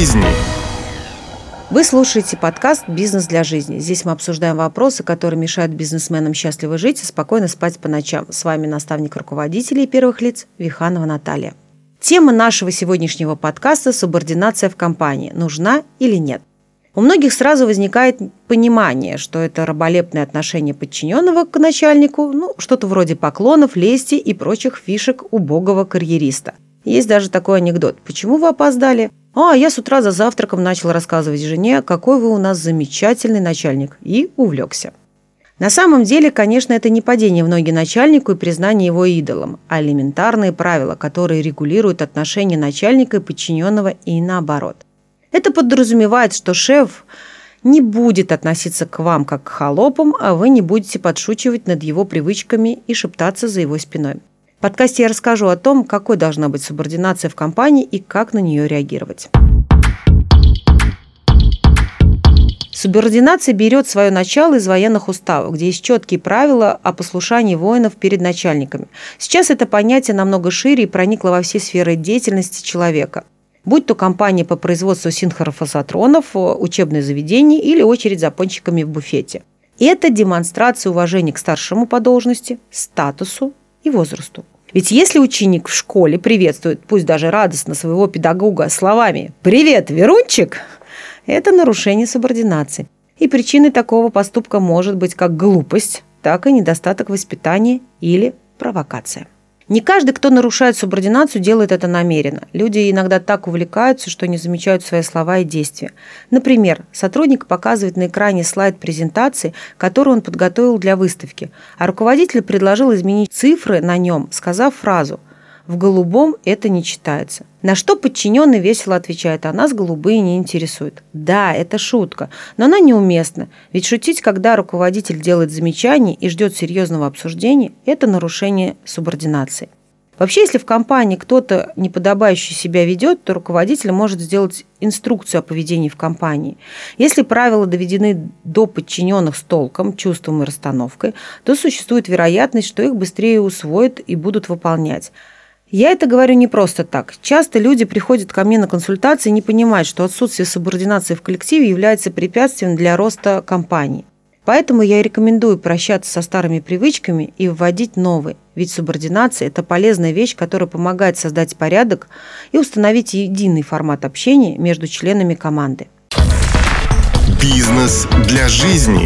жизни». Вы слушаете подкаст «Бизнес для жизни». Здесь мы обсуждаем вопросы, которые мешают бизнесменам счастливо жить и спокойно спать по ночам. С вами наставник руководителей первых лиц Виханова Наталья. Тема нашего сегодняшнего подкаста – субординация в компании. Нужна или нет? У многих сразу возникает понимание, что это раболепное отношение подчиненного к начальнику, что-то вроде поклонов, лести и прочих фишек убогого карьериста. Есть даже такой анекдот. «Почему вы опоздали?» Я с утра за завтраком начал рассказывать жене, какой вы у нас замечательный начальник, и увлекся. На самом деле, конечно, это не падение в ноги начальнику и признание его идолом, а элементарные правила, которые регулируют отношения начальника и подчиненного и наоборот. Это подразумевает, что шеф не будет относиться к вам как к холопам, а вы не будете подшучивать над его привычками и шептаться за его спиной. В подкасте я расскажу о том, какой должна быть субординация в компании и как на нее реагировать. Субординация берет свое начало из военных уставов, где есть четкие правила о послушании воинов перед начальниками. Сейчас это понятие намного шире и проникло во все сферы деятельности человека. Будь то компания по производству синхрофазотронов, учебное заведение или очередь за пончиками в буфете. Это демонстрация уважения к старшему по должности, статусу и возрасту. Ведь если ученик в школе приветствует, пусть даже радостно, своего педагога словами «Привет, Верунчик!», это нарушение субординации. И причиной такого поступка может быть как глупость, так и недостаток воспитания или провокация. Не каждый, кто нарушает субординацию, делает это намеренно. Люди иногда так увлекаются, что не замечают свои слова и действия. Например, сотрудник показывает на экране слайд презентации, которую он подготовил для выставки, а руководитель предложил изменить цифры на нем, сказав фразу «В голубом это не читается». На что подчиненный весело отвечает: «А нас голубые не интересуют». Да, это шутка, но она неуместна, ведь шутить, когда руководитель делает замечание и ждет серьезного обсуждения, это нарушение субординации. Вообще, если в компании кто-то неподобающе себя ведет, то руководитель может сделать инструкцию о поведении в компании. Если правила доведены до подчиненных с толком, чувством и расстановкой, то существует вероятность, что их быстрее усвоят и будут выполнять. Я это говорю не просто так. Часто люди приходят ко мне на консультации и не понимают, что отсутствие субординации в коллективе является препятствием для роста компании. Поэтому я и рекомендую прощаться со старыми привычками и вводить новые. Ведь субординация – это полезная вещь, которая помогает создать порядок и установить единый формат общения между членами команды. Бизнес для жизни.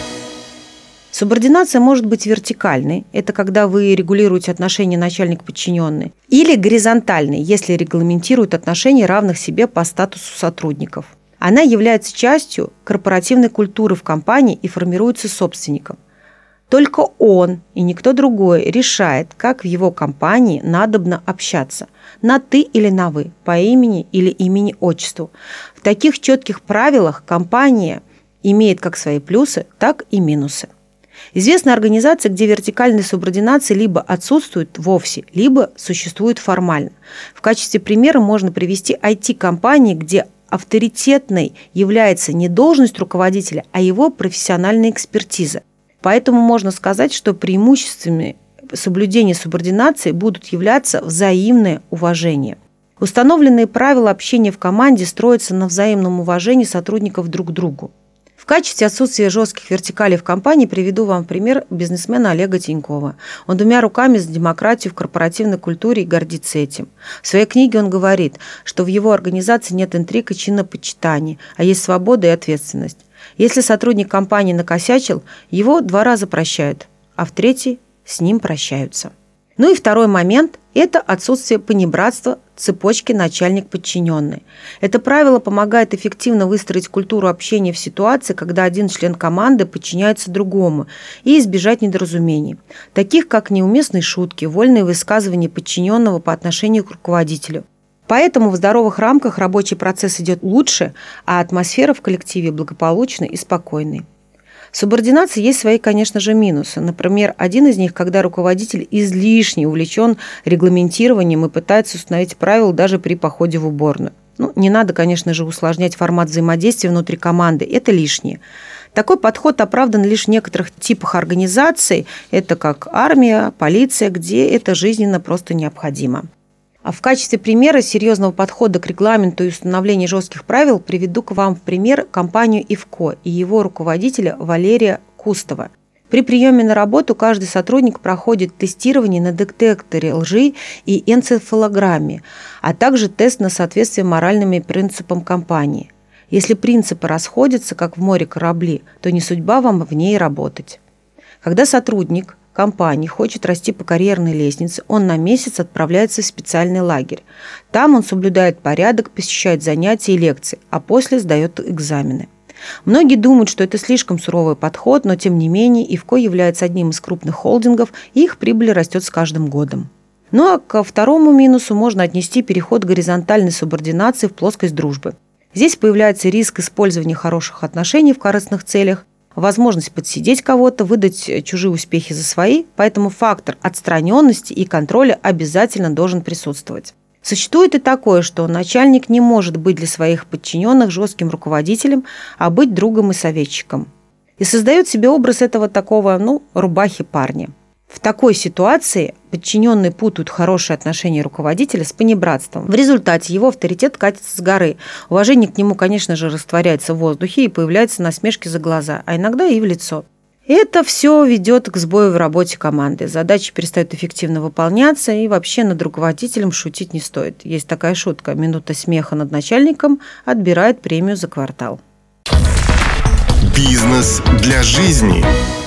Субординация может быть вертикальной, это когда вы регулируете отношения начальник-подчиненный, или горизонтальной, если регламентируют отношения равных себе по статусу сотрудников. Она является частью корпоративной культуры в компании и формируется собственником. Только он и никто другой решает, как в его компании надобно общаться, на «ты» или на «вы», по имени или имени-отчеству. В таких четких правилах компания имеет как свои плюсы, так и минусы. Известны организации, где вертикальная субординация либо отсутствует вовсе, либо существует формально. В качестве примера можно привести IT-компании, где авторитетной является не должность руководителя, а его профессиональная экспертиза. Поэтому можно сказать, что преимуществами соблюдения субординации будут являться взаимное уважение. Установленные правила общения в команде строятся на взаимном уважении сотрудников друг к другу. В качестве отсутствия жестких вертикалей в компании приведу вам пример бизнесмена Олега Тинькова. Он 2 руками за демократию в корпоративной культуре и гордится этим. В своей книге он говорит, что в его организации нет интриг и чинопочитаний, а есть свобода и ответственность. Если сотрудник компании накосячил, его 2 раза прощают, а в 3-й с ним прощаются. И второй момент – это отсутствие понебратства цепочки начальник-подчиненный. Это правило помогает эффективно выстроить культуру общения в ситуации, когда один член команды подчиняется другому, и избежать недоразумений, таких как неуместные шутки, вольные высказывания подчиненного по отношению к руководителю. Поэтому в здоровых рамках рабочий процесс идет лучше, а атмосфера в коллективе благополучной и спокойной. В субординации есть свои, конечно же, минусы. Например, один из них, когда руководитель излишне увлечен регламентированием и пытается установить правила даже при походе в уборную. Не надо, конечно же, усложнять формат взаимодействия внутри команды, это лишнее. Такой подход оправдан лишь в некоторых типах организаций, это как армия, полиция, где это жизненно просто необходимо. А в качестве примера серьезного подхода к регламенту и установления жестких правил приведу к вам в пример компанию «Ивко» и его руководителя Валерия Кустова. При приеме на работу каждый сотрудник проходит тестирование на детекторе лжи и энцефалограмме, а также тест на соответствие моральным принципам компании. Если принципы расходятся, как в море корабли, то не судьба вам в ней работать. Когда сотрудник компании хочет расти по карьерной лестнице, он на месяц отправляется в специальный лагерь. Там он соблюдает порядок, посещает занятия и лекции, а после сдает экзамены. Многие думают, что это слишком суровый подход, но тем не менее Ивко является одним из крупных холдингов, и их прибыль растет с каждым годом. Ну а ко второму минусу можно отнести переход горизонтальной субординации в плоскость дружбы. Здесь появляется риск использования хороших отношений в корыстных целях, возможность подсидеть кого-то, выдать чужие успехи за свои, поэтому фактор отстраненности и контроля обязательно должен присутствовать. Существует и такое, что начальник не может быть для своих подчиненных жестким руководителем, а быть другом и советчиком. И создает себе образ этого такого, рубахи парня. В такой ситуации подчиненные путают хорошие отношения руководителя с понебратством. В результате его авторитет катится с горы. Уважение к нему, конечно же, растворяется в воздухе и появляются насмешки за глаза, а иногда и в лицо. Это все ведет к сбою в работе команды. Задачи перестают эффективно выполняться, и вообще над руководителем шутить не стоит. Есть такая шутка: минута смеха над начальником отбирает премию за квартал. Бизнес для жизни.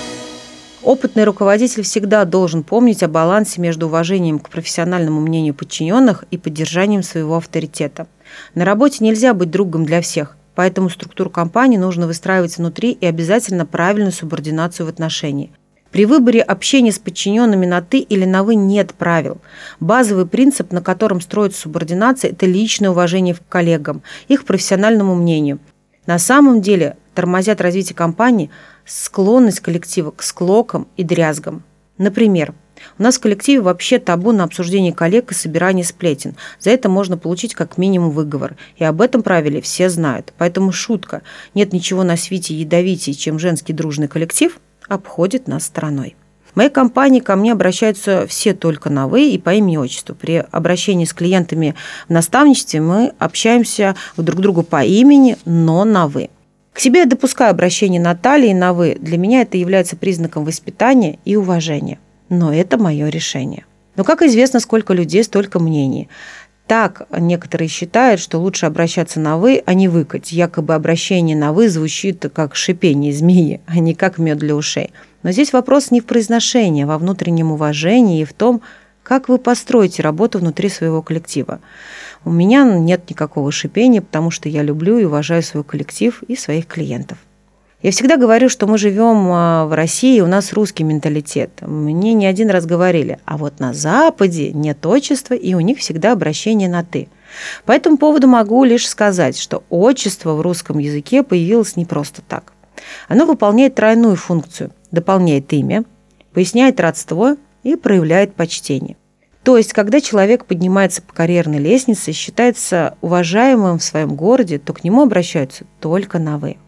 Опытный руководитель всегда должен помнить о балансе между уважением к профессиональному мнению подчиненных и поддержанием своего авторитета. На работе нельзя быть другом для всех. Поэтому структуру компании нужно выстраивать внутри и обязательно правильную субординацию в отношении. При выборе общения с подчиненными на «ты» или на «вы» нет правил. Базовый принцип, на котором строится субординация, это личное уважение к коллегам, их профессиональному мнению. На самом деле тормозят развитие компании склонность коллектива к склокам и дрязгам. Например, у нас в коллективе вообще табу на обсуждение коллег и собирание сплетен. За это можно получить как минимум выговор. И об этом правиле все знают. Поэтому шутка «нет ничего на свете ядовитее, чем женский дружный коллектив» обходит нас стороной. В моей компании ко мне обращаются все только на «вы» и по имени-отчеству. При обращении с клиентами в наставничестве мы общаемся друг к другу по имени, но на «вы». К себе я допускаю обращение на «Наталья» и на «вы». Для меня это является признаком воспитания и уважения. Но это мое решение. Но, как известно, сколько людей, столько мнений. Так некоторые считают, что лучше обращаться на «вы», а не «выкать». Якобы обращение на «вы» звучит как шипение змеи, а не как мед для ушей. Но здесь вопрос не в произношении, а во внутреннем уважении и в том, как вы построите работу внутри своего коллектива. У меня нет никакого шипения, потому что я люблю и уважаю свой коллектив и своих клиентов. Я всегда говорю, что мы живем в России, у нас русский менталитет. Мне не один раз говорили, а вот на Западе нет отчества, и у них всегда обращение на «ты». По этому поводу могу лишь сказать, что отчество в русском языке появилось не просто так. Оно выполняет тройную функцию: дополняет имя, поясняет родство и проявляет почтение. То есть, когда человек поднимается по карьерной лестнице и считается уважаемым в своем городе, то к нему обращаются только на «вы».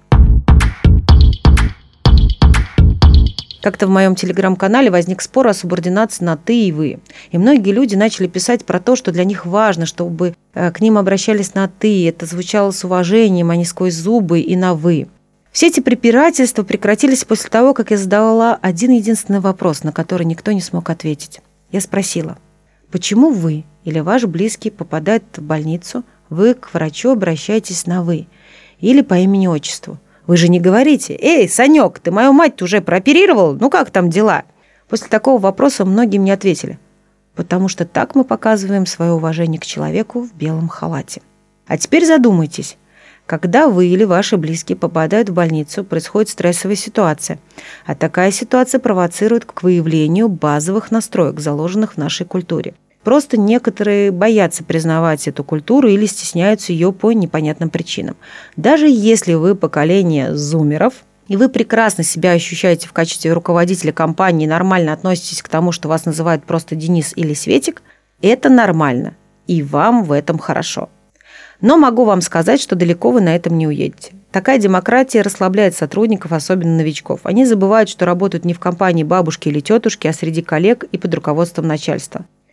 Как-то в моем телеграм-канале возник спор о субординации на «ты» и «вы». И многие люди начали писать про то, что для них важно, чтобы к ним обращались на «ты». Это звучало с уважением, а не сквозь зубы и на «вы». Все эти препирательства прекратились после того, как я задала один единственный вопрос, на который никто не смог ответить. Я спросила: почему вы или ваш близкий попадает в больницу, вы к врачу обращаетесь на «вы» или по имени-отчеству? Вы же не говорите: «Эй, Санек, ты мою мать уже прооперировал? Ну как там дела?» После такого вопроса многие мне ответили: потому что так мы показываем свое уважение к человеку в белом халате. А теперь задумайтесь. Когда вы или ваши близкие попадают в больницу, происходит стрессовая ситуация. А такая ситуация провоцирует к выявлению базовых настроек, заложенных в нашей культуре. Просто некоторые боятся признавать эту культуру или стесняются ее по непонятным причинам. Даже если вы поколение зумеров, и вы прекрасно себя ощущаете в качестве руководителя компании и нормально относитесь к тому, что вас называют просто Денис или Светик, это нормально, и вам в этом хорошо. Но могу вам сказать, что далеко вы на этом не уедете. Такая демократия расслабляет сотрудников, особенно новичков. Они забывают, что работают не в компании бабушки или тетушки, а среди коллег и под руководством начальства.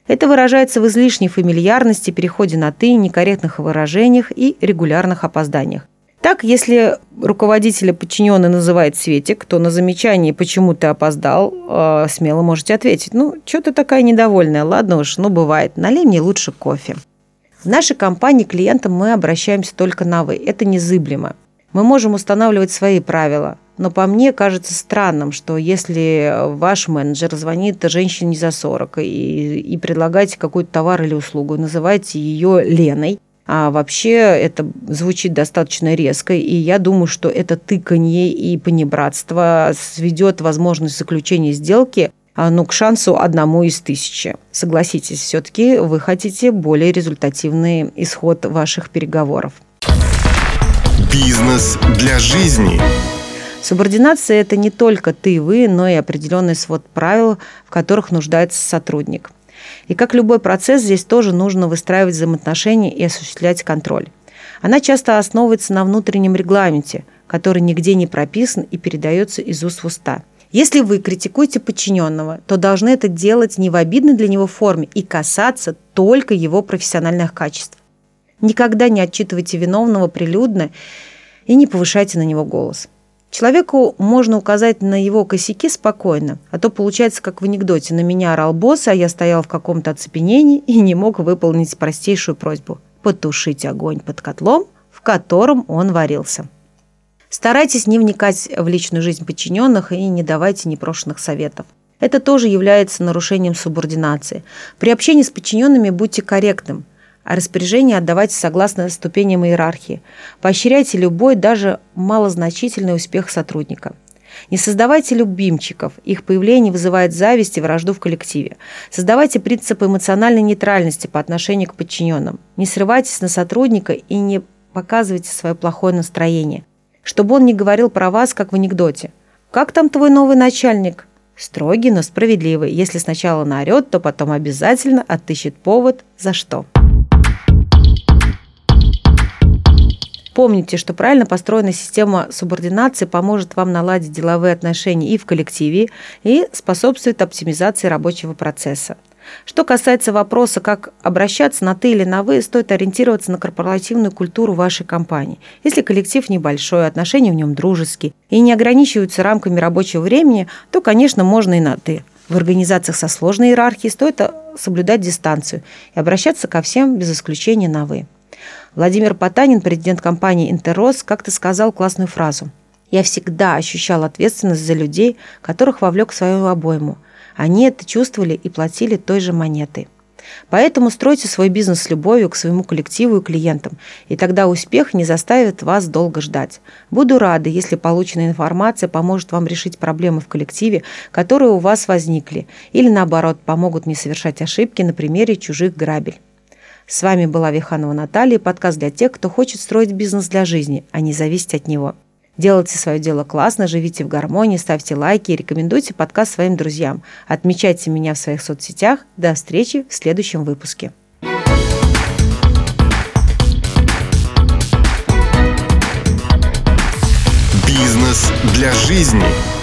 Это выражается в излишней фамильярности, переходе на «ты», некорректных выражениях и регулярных опозданиях. Так, если руководителя подчиненный называет Светик, то на замечание «почему ты опоздал?» смело можете ответить: что ты такая недовольная? Ладно уж, бывает, налей мне лучше кофе. В нашей компании к клиентам мы обращаемся только на «вы». Это незыблемо. Мы можем устанавливать свои правила, но по мне кажется странным, что если ваш менеджер звонит женщине за 40 и предлагаете какой-то товар или услугу, называете ее Леной, а вообще это звучит достаточно резко, и я думаю, что это тыканье и понебратство сведет возможность заключения сделки к шансу 1 из 1000. Согласитесь, все-таки вы хотите более результативный исход ваших переговоров. Бизнес для жизни. Субординация – это не только ты и вы, но и определенный свод правил, в которых нуждается сотрудник. И как любой процесс, здесь тоже нужно выстраивать взаимоотношения и осуществлять контроль. Она часто основывается на внутреннем регламенте, который нигде не прописан и передается из уст в уста. Если вы критикуете подчиненного, то должны это делать не в обидной для него форме и касаться только его профессиональных качеств. Никогда не отчитывайте виновного прилюдно и не повышайте на него голос. Человеку можно указать на его косяки спокойно, а то получается, как в анекдоте: на меня орал босс, а я стоял в каком-то оцепенении и не мог выполнить простейшую просьбу – потушить огонь под котлом, в котором он варился. Старайтесь не вникать в личную жизнь подчиненных и не давайте непрошенных советов. Это тоже является нарушением субординации. При общении с подчиненными будьте корректным, а распоряжения отдавайте согласно ступеням иерархии. Поощряйте любой, даже малозначительный успех сотрудника. Не создавайте любимчиков, их появление вызывает зависть и вражду в коллективе. Создавайте принцип эмоциональной нейтральности по отношению к подчиненным. Не срывайтесь на сотрудника и не показывайте свое плохое настроение, чтобы он не говорил про вас, как в анекдоте. «Как там твой новый начальник?» Строгий, но справедливый. Если сначала наорет, то потом обязательно отыщет повод, за что. Помните, что правильно построенная система субординации поможет вам наладить деловые отношения и в коллективе, и способствует оптимизации рабочего процесса. Что касается вопроса, как обращаться на «ты» или на «вы», стоит ориентироваться на корпоративную культуру вашей компании. Если коллектив небольшой, отношения в нем дружеские и не ограничиваются рамками рабочего времени, то, конечно, можно и на «ты». В организациях со сложной иерархией стоит соблюдать дистанцию и обращаться ко всем без исключения на «вы». Владимир Потанин, президент компании «Интеррос», как-то сказал классную фразу: «Я всегда ощущал ответственность за людей, которых вовлек в свою обойму. Они это чувствовали и платили той же монетой». Поэтому стройте свой бизнес с любовью к своему коллективу и клиентам, и тогда успех не заставит вас долго ждать. Буду рада, если полученная информация поможет вам решить проблемы в коллективе, которые у вас возникли, или наоборот, помогут не совершать ошибки на примере чужих грабель. С вами была Виханова Наталья, подкаст для тех, кто хочет строить бизнес для жизни, а не зависеть от него. Делайте свое дело классно, живите в гармонии, ставьте лайки и рекомендуйте подкаст своим друзьям. Отмечайте меня в своих соцсетях. До встречи в следующем выпуске. Бизнес для жизни.